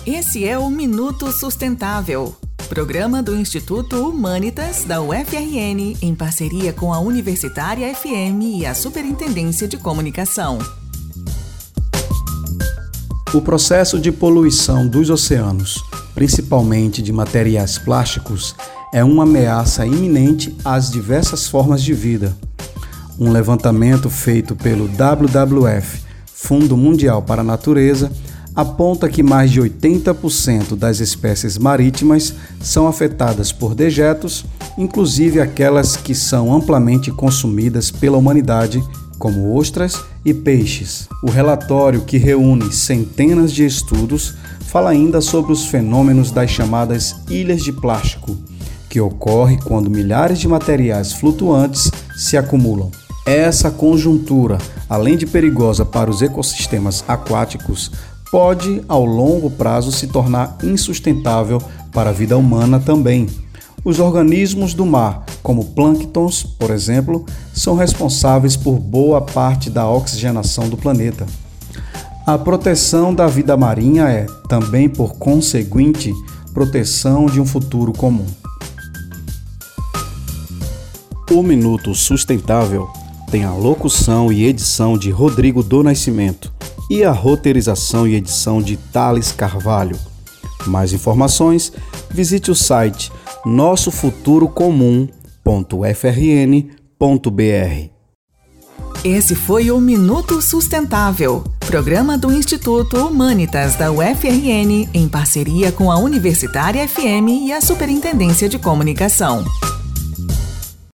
Esse é o Minuto Sustentável, programa do Instituto Humanitas da UFRN, em parceria com a Universitária FM e a Superintendência de Comunicação. O processo de poluição dos oceanos, principalmente de materiais plásticos, é uma ameaça iminente às diversas formas de vida. Um levantamento feito pelo WWF, Fundo Mundial para a Natureza, aponta que mais de 80% das espécies marítimas são afetadas por dejetos, inclusive aquelas que são amplamente consumidas pela humanidade, como ostras e peixes. O relatório, que reúne centenas de estudos, fala ainda sobre os fenômenos das chamadas ilhas de plástico, que ocorre quando milhares de materiais flutuantes se acumulam. Essa conjuntura, além de perigosa para os ecossistemas aquáticos, pode, ao longo prazo, se tornar insustentável para a vida humana também. Os organismos do mar, como plânctons, por exemplo, são responsáveis por boa parte da oxigenação do planeta. A proteção da vida marinha é, também por conseguinte, proteção de um futuro comum. O Minuto Sustentável tem a locução e edição de Rodrigo do Nascimento e a roteirização e edição de Thales Carvalho. Mais informações, visite o site nossofuturocomum.ufrn.br. Esse foi o Minuto Sustentável, programa do Instituto Humanitas da UFRN, em parceria com a Universitária FM e a Superintendência de Comunicação.